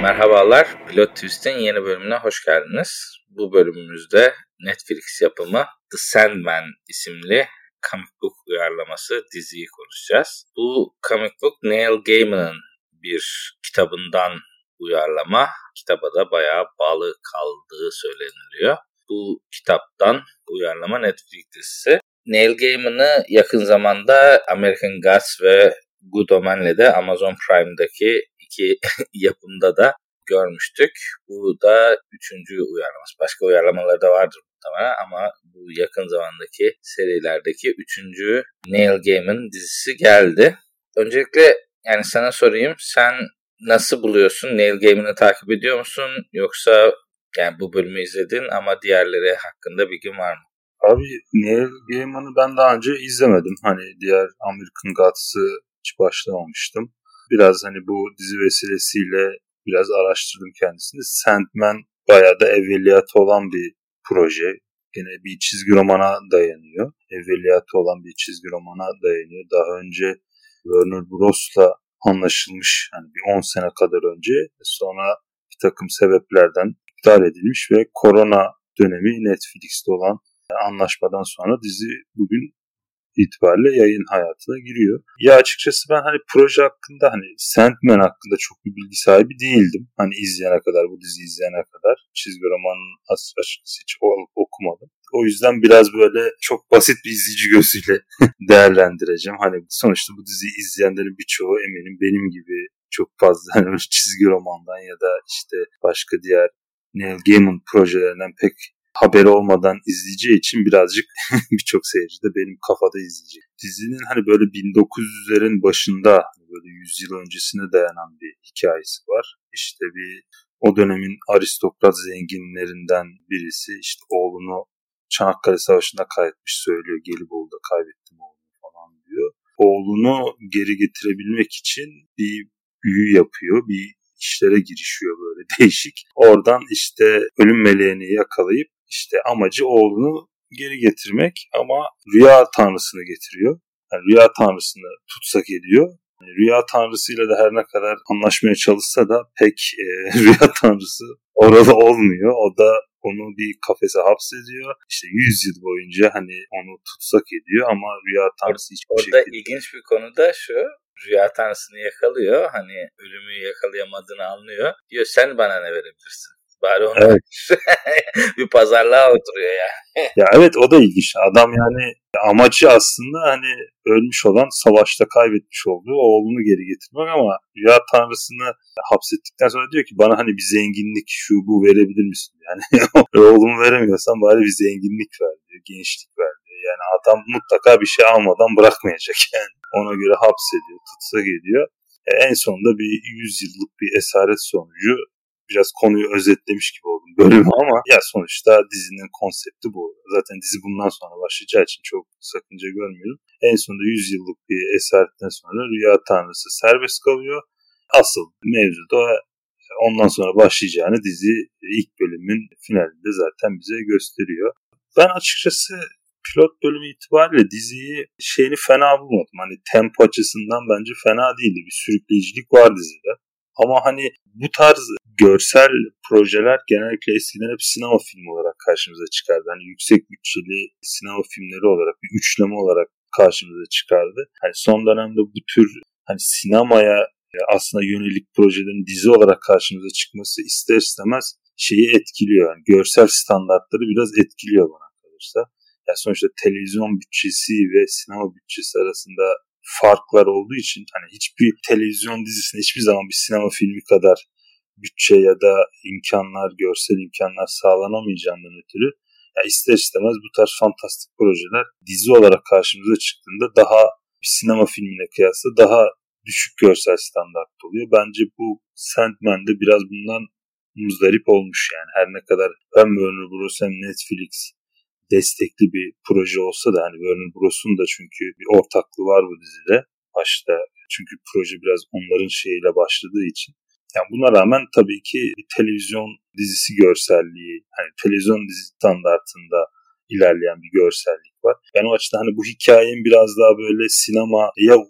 Merhabalar, Pilot Twist'in yeni bölümüne hoş geldiniz. Bu bölümümüzde Netflix yapımı The Sandman isimli comic book uyarlaması diziyi konuşacağız. Bu comic book Neil Gaiman'ın bir kitabından uyarlama. Kitaba da bayağı bağlı kaldığı söyleniliyor. Bu kitaptan uyarlama Netflix dizisi. Neil Gaiman'ı yakın zamanda American Gods ve Good Omen'le de Amazon Prime'daki iki yapımda da görmüştük. Bu da 3. uyarlaması. Başka uyarlamaları da vardır muhtemelen ama bu yakın zamandaki serilerdeki 3. Neil Gaiman dizisi geldi. Öncelikle yani sana sorayım, sen nasıl buluyorsun? Neil Gaiman'ı takip ediyor musun? Yoksa yani bu bölümü izledin ama diğerleri hakkında bilgin var mı? Abi Neil Gaiman'ı ben daha önce izlemedim. Hani diğer American Gods'ı hiç başlamamıştım. Biraz hani bu dizi vesilesiyle biraz araştırdım kendisini. Sandman bayağı da evveliyatı olan bir proje. Gene bir çizgi romana dayanıyor. Evveliyatı olan bir çizgi romana dayanıyor. Daha önce Warner Bros'la anlaşılmış, hani bir 10 sene kadar önce, sonra bir takım sebeplerden iptal edilmiş ve korona dönemi Netflix'te olan anlaşmadan sonra dizi bugün itibariyle yayın hayatına giriyor. Ya açıkçası ben hani proje hakkında, hani Sandman hakkında çok bir bilgi sahibi değildim. Hani izleyene kadar, bu diziyi izleyene kadar çizgi romanın açıkçası hiç okumadım. O yüzden biraz böyle çok basit bir izleyici gözüyle değerlendireceğim. Hani sonuçta bu diziyi izleyenlerin birçoğu eminim benim gibi çok fazla hani çizgi romandan ya da işte başka diğer Neil Gaiman projelerinden pek haberi olmadan izleyeceği için birazcık birçok seyirci de benim kafada izleyecek. Dizinin hani böyle 1900'lerin başında, böyle 100 yıl öncesine dayanan bir hikayesi var. İşte bir o dönemin aristokrat zenginlerinden birisi işte oğlunu Çanakkale Savaşı'nda kaybetmiş söylüyor. Gelibolu'da kaybettim oğlumu falan diyor. Oğlunu geri getirebilmek için bir büyü yapıyor, bir işlere girişiyor böyle değişik. Oradan işte ölüm meleğini yakalayıp işte amacı oğlunu geri getirmek ama rüya tanrısını getiriyor. Yani rüya tanrısını tutsak ediyor. Yani rüya tanrısıyla da her ne kadar anlaşmaya çalışsa da pek rüya tanrısı orada olmuyor. O da onu bir kafese hapsediyor. İşte 100 yıl boyunca hani onu tutsak ediyor ama rüya tanrısı hiçbir şekilde. Orada ilginç bir konu da şu. Rüya tanrısını yakalıyor. Hani ölümü yakalayamadığını anlıyor. Diyor sen bana ne verebilirsin? Bari onu evet. Bir pazarlığa oturuyor yani. Ya evet, o da ilginç. Adam yani amacı aslında hani ölmüş olan, savaşta kaybetmiş olduğu oğlunu geri getirmek ama rüya tanrısını hapsettikten sonra diyor ki bana hani bir zenginlik şu bu verebilir misin? Yani oğlumu veremiyorsan bari bir zenginlik ver diyor. Gençlik ver diyor. Yani adam mutlaka bir şey almadan bırakmayacak yani. Ona göre hapsediyor, tutsak ediyor. En sonunda bir 100 yıllık bir esaret sonucu, biraz konuyu özetlemiş gibi oldum bölümü ama ya sonuçta dizinin konsepti bu. Zaten dizi bundan sonra başlayacağı için çok sakınca görmüyorum. En sonunda 100 yıllık bir esaretten sonra rüya tanrısı serbest kalıyor. Asıl mevzu da ondan sonra başlayacağını dizi ilk bölümün finalinde zaten bize gösteriyor. Ben açıkçası pilot bölümü itibariyle diziyi fena bulmadım. Hani tempo açısından bence fena değildi. Bir sürükleyicilik var dizide. Ama hani bu tarz görsel projeler genellikle eskiden hep sinema filmi olarak karşımıza çıkardı. Hani yüksek bütçeli sinema filmleri olarak, bir üçleme olarak karşımıza çıkardı. Hani son dönemde bu tür hani sinemaya aslında yönelik projelerin dizi olarak karşımıza çıkması ister istemez şeyi etkiliyor. Yani görsel standartları biraz etkiliyor bana kalırsa. Yani sonuçta televizyon bütçesi ve sinema bütçesi arasında farklar olduğu için hani hiçbir televizyon dizisine hiçbir zaman bir sinema filmi kadar bütçe ya da imkanlar, görsel imkanlar sağlanamayacağından ötürü ya ister istemez bu tarz fantastik projeler dizi olarak karşımıza çıktığında daha bir sinema filmine kıyasla daha düşük görsel standart oluyor. Bence bu Sandman'de biraz bundan muzdarip olmuş yani. Her ne kadar hem Warner Bros hem Netflix destekli bir proje olsa da hani Warner Bros'un da çünkü bir ortaklığı var bu dizide başta. Çünkü proje biraz onların şeyiyle başladığı için. Yani buna rağmen tabii ki bir televizyon dizisi görselliği, hani televizyon dizi standartında ilerleyen bir görsellik var. Ben o açıdan hani bu hikayenin biraz daha böyle sinemaya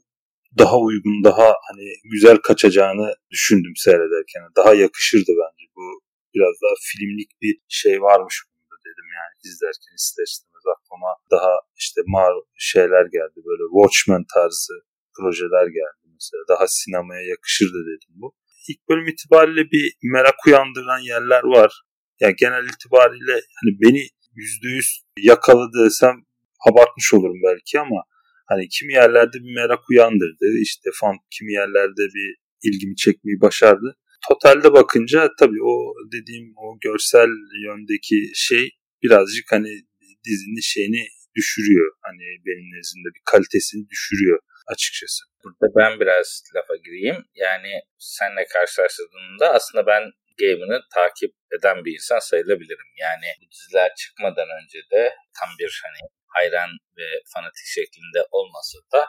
daha uygun, daha hani güzel kaçacağını düşündüm seyrederken. Daha yakışırdı bence. Bu biraz daha filmlik bir şey varmış bunda dedim yani izlerken ister istemez aklıma daha işte şeyler geldi, böyle Watchmen tarzı projeler geldi mesela. Daha sinemaya yakışırdı dedim bu. İlk bölüm itibariyle bir merak uyandıran yerler var. Yani genel itibariyle hani beni %100 yakaladı desem abartmış olurum belki ama hani kimi yerlerde bir merak uyandırdı. İşte kimi yerlerde bir ilgimi çekmeyi başardı. Totalde bakınca tabii o dediğim o görsel yöndeki şey birazcık hani dizinin şeyini düşürüyor. Hani benim nezdimde bir kalitesini düşürüyor açıkçası. Burada ben biraz lafa gireyim. Yani seninle karşılaştırdığımda aslında ben Gaiman'ı takip eden bir insan sayılabilirim. Yani bu diziler çıkmadan önce de tam bir hani hayran ve fanatik şeklinde olmasa da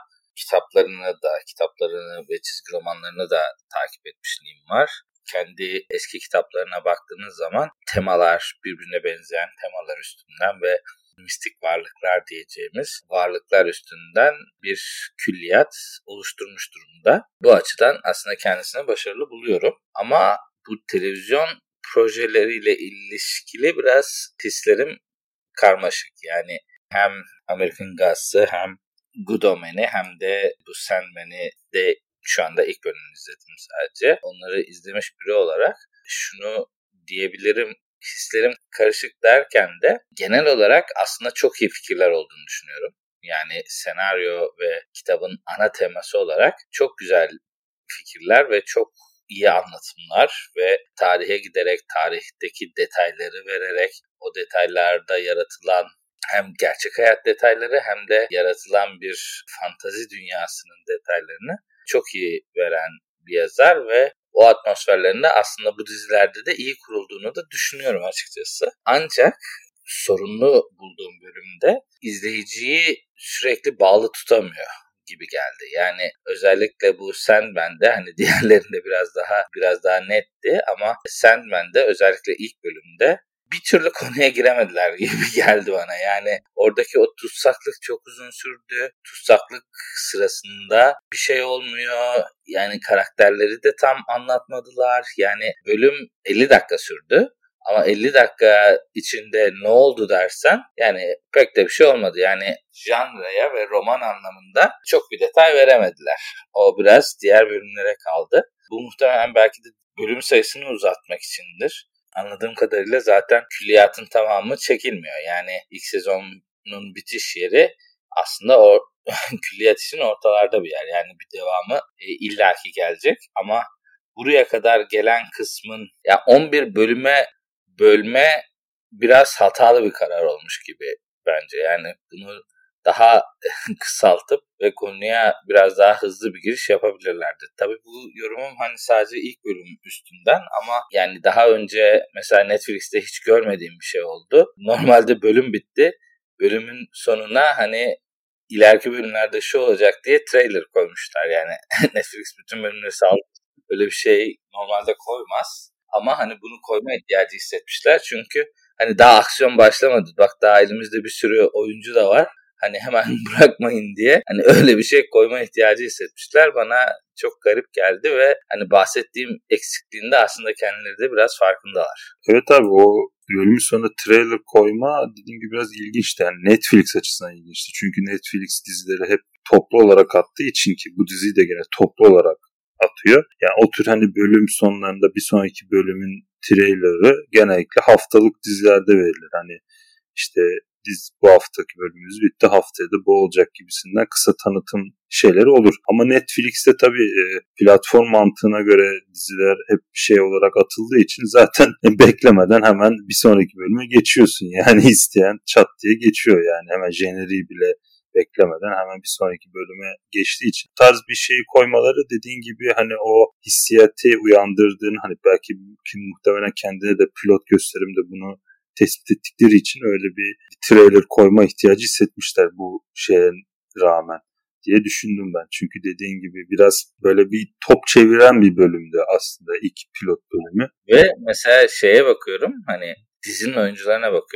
kitaplarını ve çizgi romanlarını da takip etmişliğim var. Kendi eski kitaplarına baktığınız zaman temalar, birbirine benzeyen temalar üstünden ve mistik varlıklar diyeceğimiz varlıklar üstünden bir külliyat oluşturmuş durumda. Bu açıdan aslında kendisini başarılı buluyorum. Ama bu televizyon projeleriyle ilişkili biraz hislerim karmaşık. Yani hem American Gods'ı hem Good Omen'i hem de bu Sandman'i de şu anda ilk bölümünü izledim sadece. Onları izlemiş biri olarak şunu diyebilirim, hislerim karışık derken de genel olarak aslında çok iyi fikirler olduğunu düşünüyorum. Yani senaryo ve kitabın ana teması olarak çok güzel fikirler ve çok iyi anlatımlar ve tarihe giderek, tarihteki detayları vererek o detaylarda yaratılan hem gerçek hayat detayları hem de yaratılan bir fantazi dünyasının detaylarını çok iyi veren bir yazar ve o atmosferlerinde aslında bu dizilerde de iyi kurulduğunu da düşünüyorum açıkçası. Ancak sorunlu bulduğum bölümde izleyiciyi sürekli bağlı tutamıyor gibi geldi. Yani özellikle bu Sandman'de hani diğerlerinde biraz daha netti ama Sandman'de özellikle ilk bölümde bir türlü konuya giremediler gibi geldi bana. Yani oradaki o tutsaklık çok uzun sürdü. Tutsaklık sırasında bir şey olmuyor. Yani karakterleri de tam anlatmadılar. Yani bölüm 50 dakika sürdü. Ama 50 dakika içinde ne oldu dersen yani pek de bir şey olmadı. Yani janraya ve roman anlamında çok bir detay veremediler. O biraz diğer bölümlere kaldı. Bu muhtemelen belki de bölüm sayısını uzatmak içindir. Anladığım kadarıyla zaten külliyatın tamamı çekilmiyor. Yani ilk sezonun bitiş yeri aslında o külliyat için ortalarda bir yer. Yani bir devamı illaki gelecek ama buraya kadar gelen kısmın ya 11 bölüme bölme biraz hatalı bir karar olmuş gibi bence. Yani bunu daha kısaltıp ve konuya biraz daha hızlı bir giriş yapabilirlerdi. Tabii bu yorumum hani sadece ilk bölüm üstünden ama yani daha önce mesela Netflix'te hiç görmediğim bir şey oldu. Normalde bölüm bitti. Bölümün sonuna hani ileriki bölümlerde şu olacak diye trailer koymuşlar. Yani Netflix bütün bölümleri sağladı. Öyle bir şey normalde koymaz. Ama hani bunu koyma ihtiyacı hissetmişler. Çünkü hani daha aksiyon başlamadı. Bak daha elimizde bir sürü oyuncu da var. Hani hemen bırakmayın diye hani öyle bir şey koyma ihtiyacı hissetmişler. Bana çok garip geldi ve hani bahsettiğim eksikliğinde aslında kendileri de biraz farkındalar. Evet abi, o bölümün sonunda trailer koyma dediğim gibi biraz ilginçti. Yani Netflix açısından ilginçti. Çünkü Netflix dizileri hep toplu olarak attığı için ki bu diziyi de gene toplu olarak atıyor. Yani o tür hani bölüm sonlarında bir sonraki bölümün trailer'ı genellikle haftalık dizilerde verilir. Hani işte bu haftaki bölümümüz bitti, haftaya da bu olacak gibisinden kısa tanıtım şeyleri olur. Ama Netflix'te tabii platform mantığına göre diziler hep şey olarak atıldığı için zaten beklemeden hemen bir sonraki bölüme geçiyorsun. Yani isteyen çat diye geçiyor yani hemen jeneriği bile beklemeden hemen bir sonraki bölüme geçtiği için tarz bir şeyi koymaları dediğin gibi hani o hissiyatı uyandırdığını hani belki muhtemelen kendine de pilot gösterimde bunu tespit ettikleri için öyle bir trailer koyma ihtiyacı hissetmişler bu şeye rağmen diye düşündüm ben. Çünkü dediğin gibi biraz böyle bir top çeviren bir bölümdü aslında ilk pilot bölümü. Ve mesela şeye bakıyorum hani dizinin oyuncularına bakıyorum.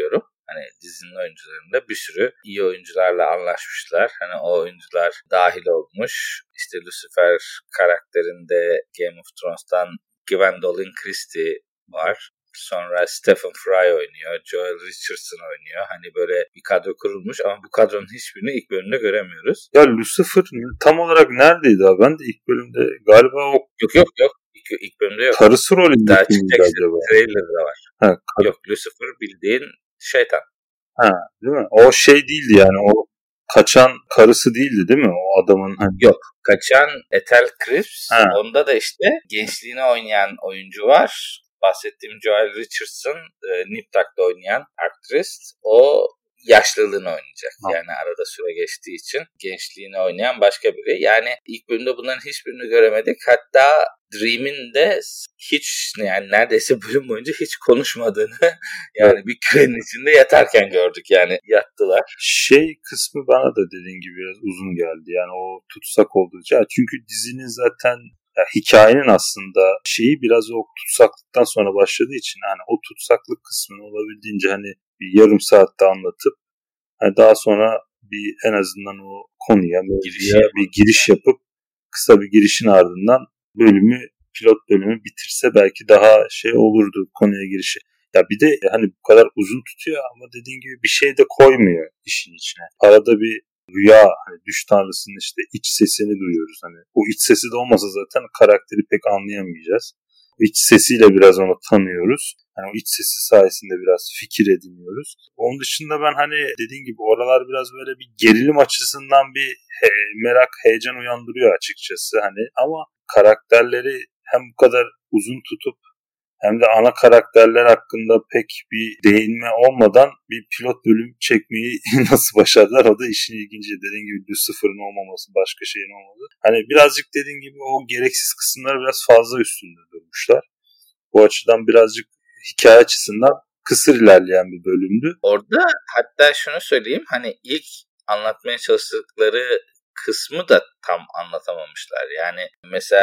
Hani dizinin oyuncularında bir sürü iyi oyuncularla anlaşmışlar. Hani o oyuncular dahil olmuş. İşte Lucifer karakterinde Game of Thrones'tan Gwendolyn Christie var. Sonra Stephen Fry oynuyor. Joel Richardson oynuyor. Hani böyle bir kadro kurulmuş ama bu kadronun hiçbirini ilk bölümde göremiyoruz. Ya Lucifer tam olarak neredeydi abi? Ben de ilk bölümde galiba o... Yok. İlk bölümde yok. Karısı rolünde daha miydi acaba? Trailer'da var. Ha, Yok, Lucifer bildiğin şeytan. Ha, değil mi? O şey değildi yani, o kaçan karısı değildi değil mi? O adamın hani... Yok, kaçan Ethel Cripps. Onda da işte gençliğini oynayan oyuncu var. Bahsettiğim Joel Richardson, Niptak'ta oynayan aktris. O yaşlılığını oynayacak. Yani arada süre geçtiği için gençliğini oynayan başka biri. Yani ilk bölümde bunların hiçbirini göremedik. Hatta Dream'in de hiç, yani neredeyse bölüm boyunca hiç konuşmadığını yani bir kürenin içinde yatarken gördük, yani yattılar. Şey kısmı bana da dediğin gibi biraz uzun geldi. Yani o tutsak olduğu için. Çünkü dizinin zaten hikayenin aslında şeyi biraz o tutsaklıktan sonra başladığı için hani o tutsaklık kısmını olabildiğince hani bir yarım saatte anlatıp hani daha sonra bir en azından o konuya bir giriş yapıp kısa bir girişin ardından pilot bölümü bitirse belki daha şey olurdu konuya girişi. Ya bir de hani bu kadar uzun tutuyor ama dediğin gibi bir şey de koymuyor işin içine. Arada bir rüya, hani düş tanrısının işte iç sesini duyuyoruz. Hani o iç sesi de olmasa zaten karakteri pek anlayamayacağız. O iç sesiyle biraz onu tanıyoruz. Yani o iç sesi sayesinde biraz fikir ediniyoruz. Onun dışında ben hani dediğin gibi oralar biraz böyle bir gerilim açısından bir merak, heyecan uyandırıyor açıkçası. Hani ama karakterleri hem bu kadar uzun tutup hem de ana karakterler hakkında pek bir değinme olmadan bir pilot bölüm çekmeyi nasıl başardılar? O da işin ilginci. Dediğin gibi Lucifer'ın olmaması, başka şeyin olmaması. Hani birazcık dediğin gibi o gereksiz kısımları biraz fazla üstünde durmuşlar. Bu açıdan birazcık hikaye açısından kısır ilerleyen bir bölümdü. Orada hatta şunu söyleyeyim, hani ilk anlatmaya çalıştıkları kısmı da tam anlatamamışlar. Yani mesela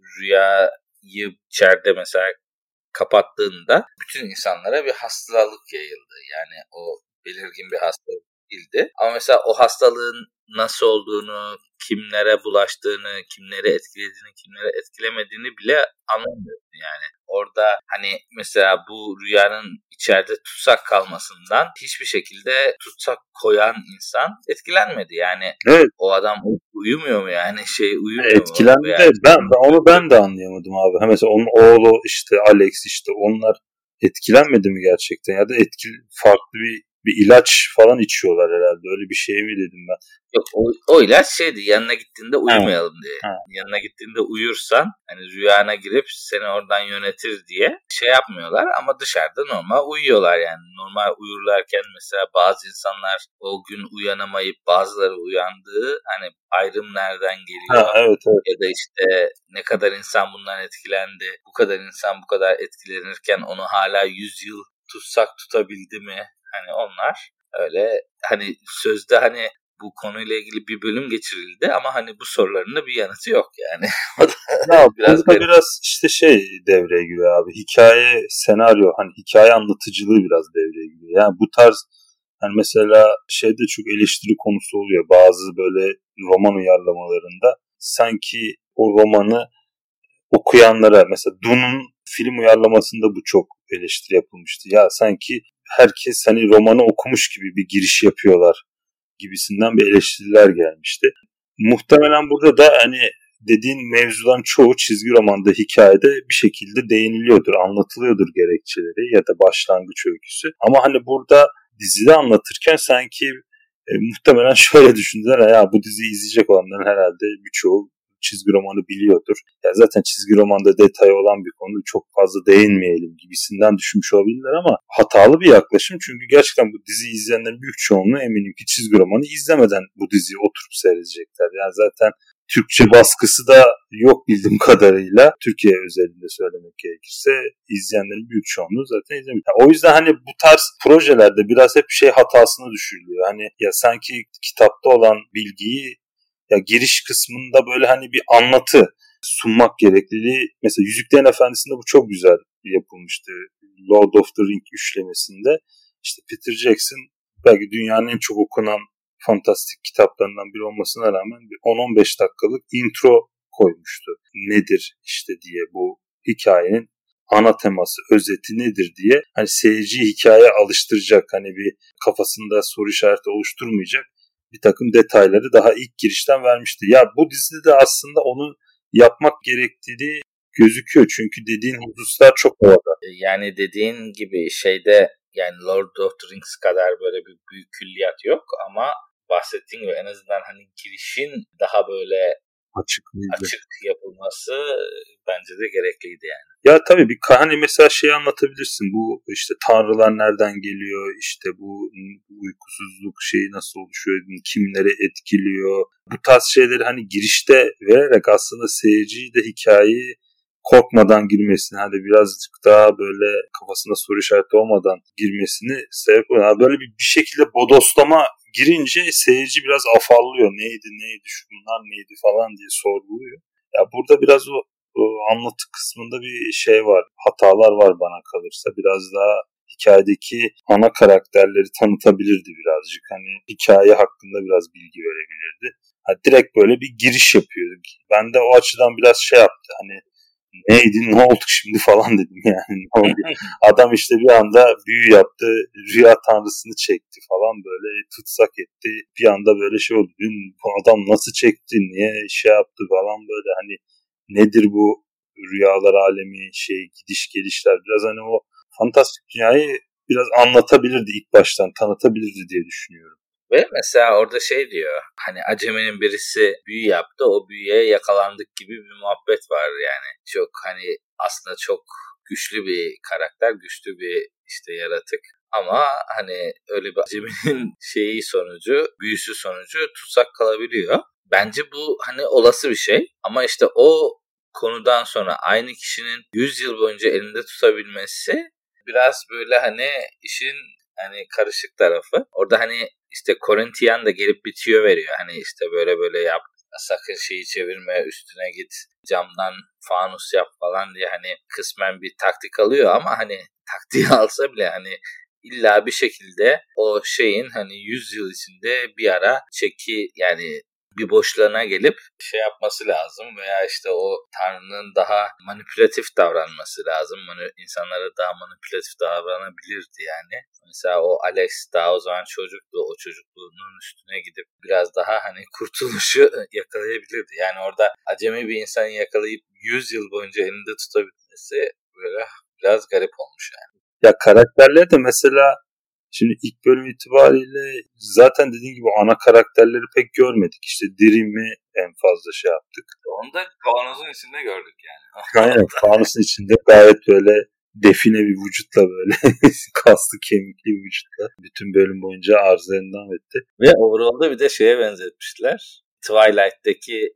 rüyayı içeride mesela kapattığında bütün insanlara bir hastalık yayıldı. Yani o belirgin bir hastalık değildi. Ama mesela o hastalığın nasıl olduğunu, kimlere bulaştığını, kimleri etkilediğini, kimleri etkilemediğini bile anlamıyorsun yani. Orada hani mesela bu rüyanın içeride tutsak kalmasından hiçbir şekilde tutsak koyan insan etkilenmedi. Yani evet. O adam uyumuyor mu yani? Uyumuyor etkilendi mu? Yani, ben de anlayamadım abi. Mesela onun oğlu işte Alex, işte onlar etkilenmedi mi gerçekten? Ya da farklı bir ilaç falan içiyorlar herhalde. Öyle bir şey mi dedim ben? Yok, o ilaç yanına gittiğinde uyumayalım diye. Yanına gittiğinde uyursan hani rüyana girip seni oradan yönetir diye şey yapmıyorlar ama dışarıda normal uyuyorlar yani. Normal uyurlarken mesela bazı insanlar o gün uyanamayıp bazıları uyandığı, hani ayrım nereden geliyor? Evet. Ya da işte ne kadar insan bundan etkilendi, bu kadar insan bu kadar etkilenirken onu hala 100 yıl tutsak tutabildi mi? Hani onlar öyle hani sözde hani bu konuyla ilgili bir bölüm geçirildi ama hani bu soruların da bir yanıtı yok yani. biraz işte devreye giriyor abi. Hikaye, senaryo, hani hikaye anlatıcılığı biraz devreye giriyor. Yani bu tarz hani mesela çok eleştiri konusu oluyor. Bazı böyle roman uyarlamalarında sanki o romanı okuyanlara, mesela Dune'un film uyarlamasında bu çok eleştiri yapılmıştı. Ya sanki herkes hani romanı okumuş gibi bir giriş yapıyorlar gibisinden bir eleştiriler gelmişti. Muhtemelen burada da hani dediğin mevzudan çoğu çizgi romanda, hikayede bir şekilde değiniliyordur, anlatılıyordur gerekçeleri ya da başlangıç öyküsü. Ama hani burada dizide anlatırken sanki muhtemelen şöyle düşündüler, ya bu diziyi izleyecek olanların herhalde birçoğu çizgi romanı biliyordur. Ya zaten çizgi romanda detay olan bir konu, çok fazla değinmeyelim gibisinden düşünmüş olabilirler ama hatalı bir yaklaşım. Çünkü gerçekten bu diziyi izleyenlerin büyük çoğunluğu eminim ki çizgi romanı izlemeden bu diziyi oturup seyredecekler. Yani zaten Türkçe baskısı da yok bildiğim kadarıyla. Türkiye özelinde söylemek gerekirse izleyenlerin büyük çoğunluğu zaten izlemiyor. Yani o yüzden hani bu tarz projelerde biraz hep hatasına düşürülüyor. Hani ya sanki kitapta olan bilgiyi ya giriş kısmında böyle hani bir anlatı sunmak gerekliliği. Mesela Yüzüklerin Efendisi'nde bu çok güzel yapılmıştı. Lord of the Ring üçlemesinde. işte Peter Jackson belki dünyanın en çok okunan fantastik kitaplarından biri olmasına rağmen bir 10-15 dakikalık intro koymuştu. Nedir işte diye, bu hikayenin ana teması, özeti nedir diye. Hani seyirciyi hikayeye alıştıracak, hani bir kafasında soru işareti oluşturmayacak bir takım detayları daha ilk girişten vermişti. Ya bu dizide de aslında onu yapmak gerektiği gözüküyor. Çünkü dediğin hususlar çok orada. Yani dediğin gibi şeyde, yani Lord of the Rings kadar böyle bir büyük külliyat yok ama bahsettiğin gibi en azından hani girişin daha böyle açık yapılması bence de gerekliydi yani. Ya tabii bir hani mesela şey anlatabilirsin, bu işte tanrılar nereden geliyor, işte bu uykusuzluk şeyi nasıl oluşuyor, kimleri etkiliyor, bu tarz şeyleri hani girişte vererek aslında seyirciyi de hikayeyi korkmadan girmesini, hani birazcık daha böyle kafasında soru işareti olmadan girmesini sebep oluyor. Böyle bir şekilde bodoslama girince seyirci biraz afallıyor. Neydi şunlar neydi falan diye sorguluyor. Ya burada biraz o anlatı kısmında bir şey var. Hatalar var bana kalırsa. Biraz daha hikayedeki ana karakterleri tanıtabilirdi birazcık. Hani hikaye hakkında biraz bilgi verebilirdi. Direkt böyle bir giriş yapıyor. Ben de o açıdan biraz şey yaptı. Hani neydi, ne oldu şimdi falan dedim yani. Adam işte bir anda büyü yaptı, rüya tanrısını çekti falan, böyle tutsak etti. Bir anda böyle şey oldu. Bu adam nasıl çekti, niye şey yaptı falan, böyle hani nedir bu rüyalar alemi, gidiş gelişler, biraz hani o fantastik dünyayı biraz anlatabilirdi ilk baştan, tanıtabilirdi diye düşünüyorum. Ve mesela orada şey diyor, hani aceminin birisi büyü yaptı, o büyüye yakalandık gibi bir muhabbet var yani. Çok hani aslında çok güçlü bir karakter, güçlü bir işte yaratık. Ama hani öyle bir aceminin büyüsü sonucu tutsak kalabiliyor. Bence bu hani olası bir şey ama işte o konudan sonra aynı kişinin 100 yıl boyunca elinde tutabilmesi biraz böyle hani işin hani karışık tarafı. Orada hani işte Corinthian da gelip bitiyor veriyor. Hani işte böyle yap, sakın şeyi çevirme, üstüne git, camdan fanus yap falan diye hani kısmen bir taktik alıyor ama hani taktiği alsa bile hani illa bir şekilde o şeyin hani 100 yıl içinde bir ara yani bir boşluğuna gelip şey yapması lazım veya işte o tanrının daha manipülatif davranması lazım. İnsanlara daha manipülatif davranabilirdi yani. Mesela o Alex daha o zaman çocuktu. O çocukluğunun üstüne gidip biraz daha hani kurtuluşu yakalayabilirdi. Yani orada acemi bir insanı yakalayıp 100 yıl boyunca elinde tutabilmesi böyle biraz garip olmuş yani. Ya karakterler de mesela şimdi ilk bölüm itibariyle zaten dediğin gibi ana karakterleri pek görmedik. İşte Dream'i en fazla şey yaptık. Onu da kavanozun içinde gördük yani. Aynen, kavanozun içinde gayet böyle define bir vücutla, böyle kaslı kemikli bir vücutla bütün bölüm boyunca arızalarından etti. Ve overall'da bir de şeye benzetmişler. Twilight'teki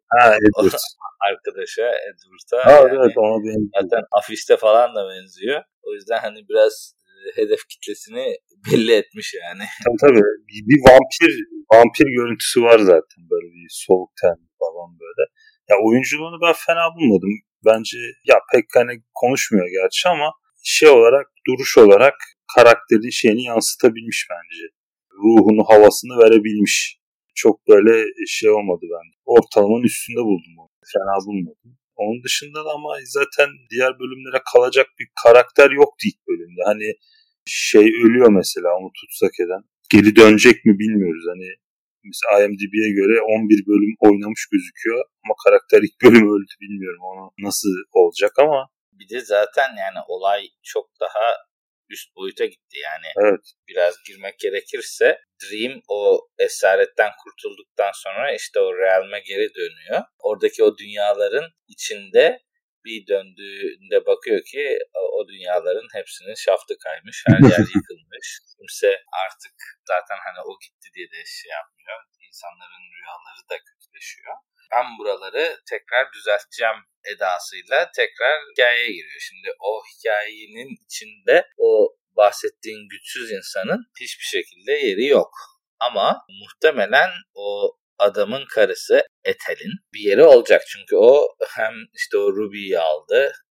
arkadaşa Edward'a yani evet, ona benziyor. Zaten afişte falan da benziyor. O yüzden hani biraz hedef kitlesini belli etmiş yani. Tabii. Bir vampir görüntüsü var zaten, böyle bir soluk tenli falan böyle. Ya oyunculuğunu ben fena bulmadım. Bence ya pek hani konuşmuyor gerçi ama şey olarak, duruş olarak karakterin şeyini yansıtabilmiş bence. Ruhunu, havasını verebilmiş. Çok böyle şey olmadı bende. Ortalamanın üstünde buldum onu. Fena bulmadım. Onun dışında da ama zaten diğer bölümlere kalacak bir karakter yoktu ilk bölümde. Hani ölüyor mesela, onu tutsak eden. Geri dönecek mi bilmiyoruz. Hani mesela IMDb'ye göre 11 bölüm oynamış gözüküyor ama karakter ilk bölüm öldü, bilmiyorum onu nasıl olacak ama. Bir de zaten yani olay çok daha üst boyuta gitti yani. Evet. Biraz girmek gerekirse Dream o esaretten kurtulduktan sonra işte o realme geri dönüyor. Oradaki o dünyaların içinde bir döndüğünde bakıyor ki o dünyaların hepsinin şaftı kaymış. Her yer yıkılmış. Kimse artık zaten hani o gitti diye de şey yapmıyor. İnsanların rüyaları da kötüleşiyor. Ben buraları tekrar düzelteceğim edasıyla tekrar hikayeye giriyor. Şimdi o hikayenin içinde o bahsettiğin güçsüz insanın hiçbir şekilde yeri yok. Ama muhtemelen o adamın karısı Ethel'in bir yeri olacak. Çünkü o hem işte o Ruby'yi aldı,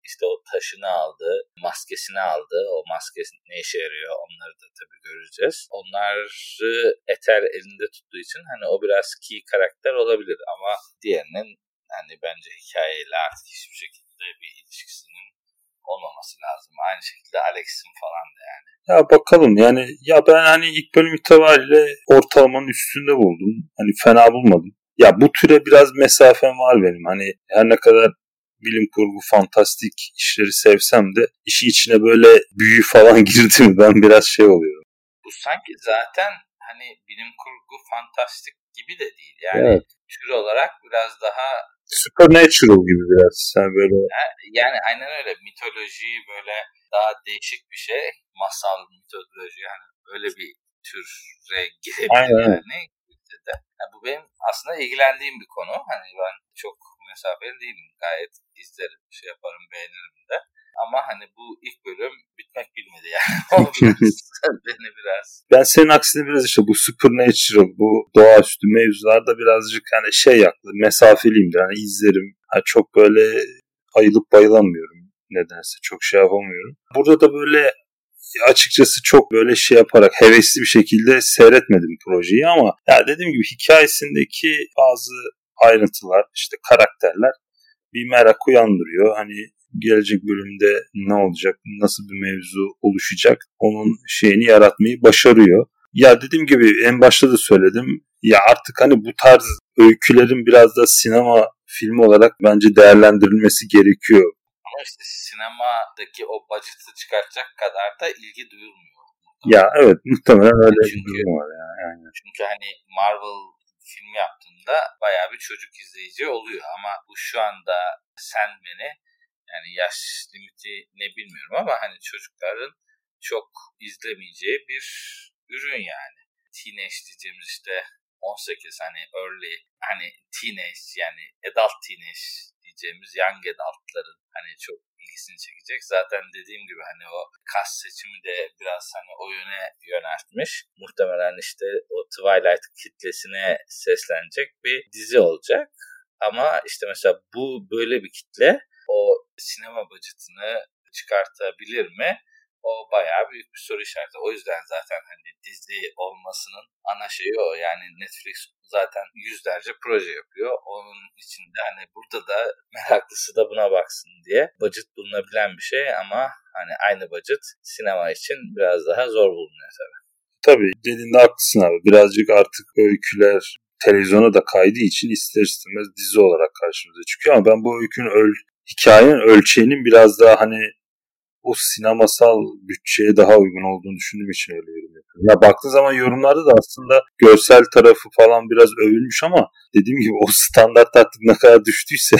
işte o taşını aldı, maskesini aldı. O maskesi ne işe yarıyor onları da tabii göreceğiz. Onları Ether elinde tuttuğu için hani o biraz key karakter olabilir ama diğerinin hani bence hikayeyle artık hiçbir şekilde bir ilişkisinin olmaması lazım. Aynı şekilde Alex'in falan da yani. Ya bakalım yani ya ben hani ilk bölüm itibariyle ortalamanın üstünde buldum. Hani fena bulmadım. Ya bu türe biraz mesafem var benim. Hani her ne kadar bilim kurgu, fantastik işleri sevsem de işi içine böyle büyü falan girdi mi ben biraz şey oluyorum. Bu sanki zaten hani bilim kurgu, fantastik gibi de değil. Yani evet. Tür olarak biraz daha Supernatural gibi biraz. Yani böyle. Yani aynen öyle. Mitoloji böyle daha değişik bir şey. Masal, mitoloji yani öyle bir türe girebilir Aynen. yani. Yani bu benim aslında ilgilendiğim bir konu. Hani ben çok mesafeli değilim. Gayet izlerim, şey yaparım, beğenirim de. Ama hani bu ilk bölüm bitmek bilmedi yani. O biraz beni biraz. Ben senin aksine biraz işte bu supernatural, bu doğaüstü mevzularda birazcık hani şey yaptım. Mesafeliyimdir. Hani izlerim. Hani çok böyle ayılıp bayılamıyorum. Nedense çok şey yapamıyorum. Burada da böyle açıkçası çok böyle şey yaparak hevesli bir şekilde seyretmedim projeyi ama ya dediğim gibi hikayesindeki bazı ayrıntılar, işte karakterler bir merak uyandırıyor. Hani gelecek bölümde ne olacak, nasıl bir mevzu oluşacak onun şeyini yaratmayı başarıyor. Ya dediğim gibi en başta da söyledim. Ya artık hani bu tarz öykülerin biraz da sinema filmi olarak bence değerlendirilmesi gerekiyor. Ama işte sinemadaki o budget'ı çıkartacak kadar da ilgi duyulmuyor. Ya evet muhtemelen öyle bir durum var yani. Çünkü hani Marvel film yaptığında bayağı bir çocuk izleyici oluyor ama bu şu anda Sandman'i yani yaş limiti ne bilmiyorum ama hani çocukların çok izlemeyeceği bir ürün yani. Teenage diyeceğimiz işte 18 hani early hani teenage yani adult teenage diyeceğimiz young adultların hani çok ilgisini çekecek. Zaten dediğim gibi hani o kas seçimi de biraz hani o yöne yöneltmiş. Muhtemelen işte o Twilight kitlesine seslenecek bir dizi olacak. Ama işte mesela bu böyle bir kitle o sinema budgetini çıkartabilir mi? O bayağı büyük bir soru işareti. O yüzden zaten hani dizi olmasının ana şeyi o. Yani Netflix zaten yüzlerce proje yapıyor. Onun içinde hani burada da meraklısı da buna baksın diye budget bulunabilen bir şey ama hani aynı budget sinema için biraz daha zor bulunuyor tabii. Tabii dediğinde haklısın abi. Birazcık artık öyküler televizyona da kaydığı için ister istemez dizi olarak karşımıza çıkıyor ama ben bu öykünün hikayenin ölçeğinin biraz daha hani o sinemasal bütçeye daha uygun olduğunu düşündüğüm için öyle yorum yapıyorum. Ya baktığın zaman yorumlarda da aslında görsel tarafı falan biraz övülmüş ama dediğim gibi o standart artık ne kadar düştüyse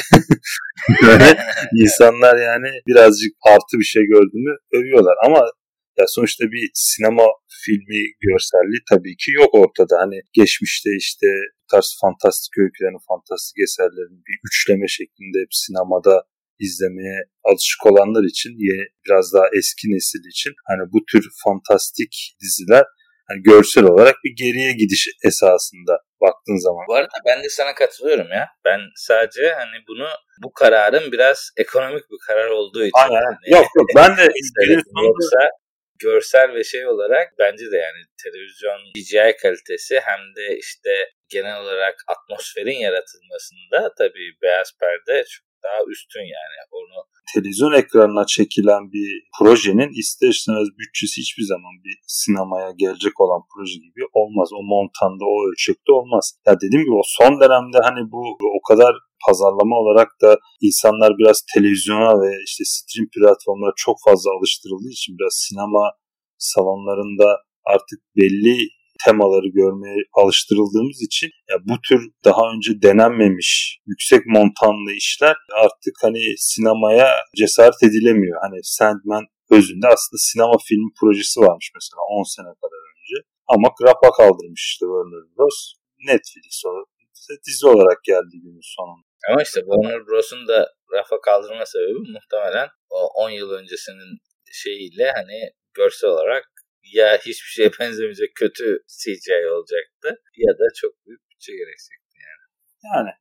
böyle insanlar yani birazcık artı bir şey gördüğünü övüyorlar ama ya sonuçta bir sinema filmi görselliği tabii ki yok ortada. Hani geçmişte işte bu tarz fantastik öykülerin, fantastik eserlerin bir üçleme şeklinde hep sinemada izlemeye alışık olanlar için biraz daha eski nesil için hani bu tür fantastik diziler hani görsel olarak bir geriye gidiş esasında baktığın zaman. Bu arada ben de sana katılıyorum ya. Ben sadece hani bu kararın biraz ekonomik bir karar olduğu için. Aynen. Yani, yok ben de yoksa görsel ve şey olarak bence de yani televizyon CGI kalitesi hem de işte genel olarak atmosferin yaratılmasında tabii beyaz perde çok daha üstün yani onu. Televizyon ekranına çekilen bir projenin ister istemez bütçesi hiçbir zaman bir sinemaya gelecek olan proje gibi olmaz. O montanda, o ölçekte olmaz. Ya dediğim gibi o son dönemde hani bu o kadar pazarlama olarak da insanlar biraz televizyona ve işte stream platformlara çok fazla alıştırıldığı için biraz sinema salonlarında artık belli temaları görmeye alıştırıldığımız için ya bu tür daha önce denenmemiş yüksek montanlı işler artık hani sinemaya cesaret edilemiyor. Hani Sandman özünde aslında sinema film projesi varmış mesela 10 sene kadar önce. Ama rafa kaldırmış işte Warner Bros. Netflix dizi olarak geldi günün sonunda. Ama işte Warner Bros'un da rafa kaldırma sebebi muhtemelen o 10 yıl öncesinin şeyiyle hani görsel olarak ya hiçbir şeye benzemeyecek kötü CGI olacaktı ya da çok büyük bütçe gerekecekti yani. Yani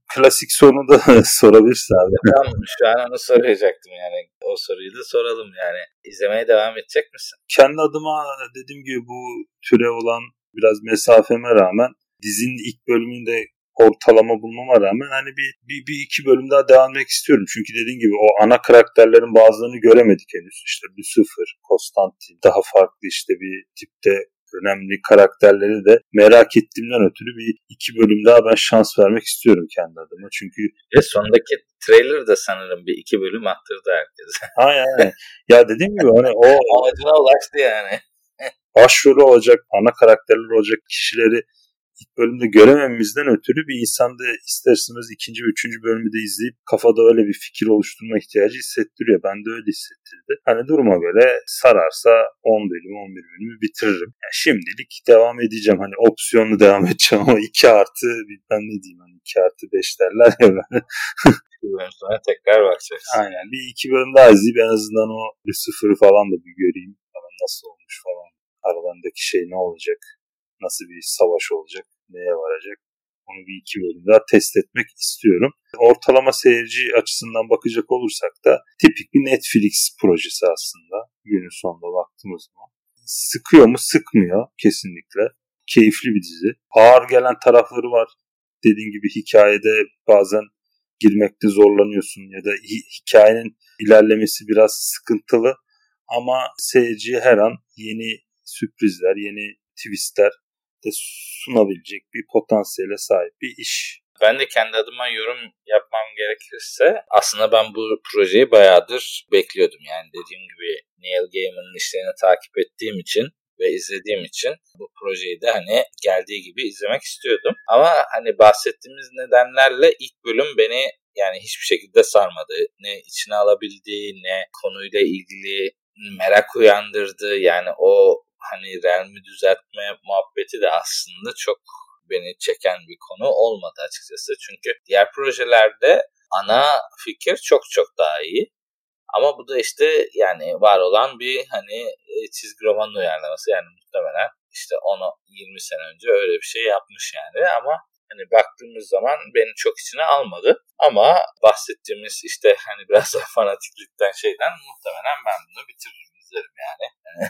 klasik sorunu da sorabilirsin abi. Tamam, şu an onu soracaktım yani. O soruyu da soralım yani. İzlemeye devam edecek misin? Kendi adıma dediğim gibi bu türe olan biraz mesafeme rağmen dizinin ilk bölümünde ortalama bulmama rağmen hani bir iki bölüm daha devam etmek istiyorum. Çünkü dediğim gibi o ana karakterlerin bazılarını göremedik henüz. İşte Lucifer, Konstantin, daha farklı işte bir tipte önemli karakterleri de merak ettiğimden ötürü bir iki bölüm daha ben şans vermek istiyorum kendi adıma. Çünkü sondaki trailer da sanırım bir iki bölüm attırdı herkese. aynen. Ya dediğim gibi hani o amacına ulaştı yani. Başrolü olacak, ana karakterler olacak kişileri ilk bölümde göremememizden ötürü bir insanda ister istemez ikinci ve üçüncü bölümü de izleyip kafada öyle bir fikir oluşturma ihtiyacı hissettiriyor. Ben de öyle hissettirdi. Hani duruma göre sararsa 10 bölüm, 11 bölümü bitiririm. Yani şimdilik devam edeceğim. Hani opsiyonlu devam edeceğim ama 2 artı ben ne diyeyim hani 2 artı 5 derler ya böyle. Bir bölüm sonra tekrar bakacağız. Aynen. Bir iki bölüm daha izleyip en azından o Lucifer'ı falan da bir göreyim. Falan nasıl olmuş falan. Aralarındaki şey ne olacak? Nasıl bir savaş olacak? Neye varacak? Onu bir iki bölüm daha test etmek istiyorum. Ortalama seyirci açısından bakacak olursak da tipik bir Netflix projesi aslında. Günün sonunda baktığımız zaman. Sıkıyor mu? Sıkmıyor. Kesinlikle. Keyifli bir dizi. Ağır gelen tarafları var. Dediğin gibi hikayede bazen girmekte zorlanıyorsun ya da hikayenin ilerlemesi biraz sıkıntılı. Ama seyirciye her an yeni sürprizler, yeni twistler de sunabilecek bir potansiyele sahip bir iş. Ben de kendi adıma yorum yapmam gerekirse aslında ben bu projeyi bayağıdır bekliyordum. Yani dediğim gibi Neil Gaiman'ın işlerini takip ettiğim için ve izlediğim için bu projeyi de hani geldiği gibi izlemek istiyordum. Ama hani bahsettiğimiz nedenlerle ilk bölüm beni yani hiçbir şekilde sarmadı. Ne içine alabildi, ne konuyla ilgili merak uyandırdı. Yani o hani realmi düzeltme muhabbeti de aslında çok beni çeken bir konu olmadı açıkçası. Çünkü diğer projelerde ana fikir çok çok daha iyi. Ama bu da işte yani var olan bir hani çizgi roman uyarlaması. Yani muhtemelen işte 10-20 sene önce öyle bir şey yapmış yani. Ama hani baktığımız zaman beni çok içine almadı. Ama bahsettiğimiz işte hani biraz da fanatiklikten şeyden muhtemelen ben bunu bitiririm, izlerim yani.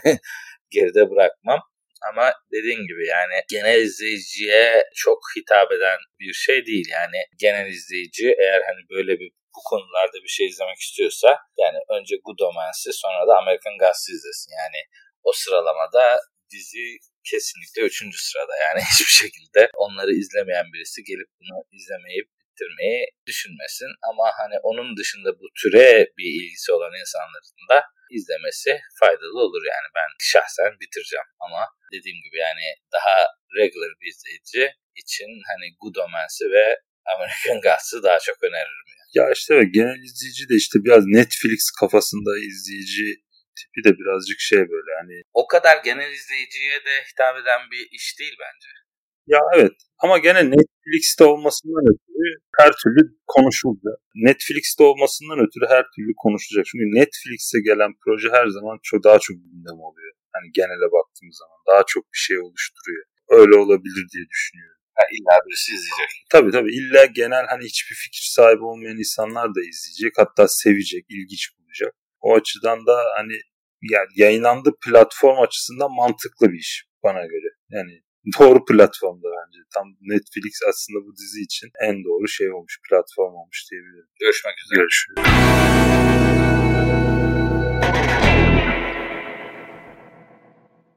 Geride bırakmam. Ama dediğin gibi yani genel izleyiciye çok hitap eden bir şey değil. Yani genel izleyici eğer hani böyle bir bu konularda bir şey izlemek istiyorsa yani önce Good Omen'si sonra da American Gods'ı izlesin. Yani o sıralamada dizi kesinlikle 3. sırada. Yani hiçbir şekilde onları izlemeyen birisi gelip bunu izlemeyip bitirmeyi düşünmesin. Ama hani onun dışında bu türe bir ilgisi olan insanların da izlemesi faydalı olur yani. Ben şahsen bitireceğim ama dediğim gibi yani daha regular bir izleyici için hani Good Omen'si ve American Gods'ı daha çok öneririm. Ya işte genel izleyici de işte biraz Netflix kafasında izleyici tipi de birazcık şey böyle hani. O kadar genel izleyiciye de hitap eden bir iş değil bence. Ya evet ama gene Netflix'te olmasından ötürü her türlü konuşulacak. Netflix'te olmasından ötürü her türlü konuşulacak. Çünkü Netflix'e gelen proje her zaman daha çok gündem oluyor. Hani genele baktığımız zaman daha çok bir şey oluşturuyor. Öyle olabilir diye düşünüyorum. İlla birisi izleyecek. Tabii illa genel hani hiçbir fikir sahibi olmayan insanlar da izleyecek. Hatta sevecek, ilginç bulacak. O açıdan da hani yani yayınlandığı platform açısından mantıklı bir iş bana göre. Yani doğru platformda bence. Tam Netflix aslında bu dizi için en doğru şey olmuş, platform olmuş diyebilirim. Görüşmek üzere. Görüşürüz.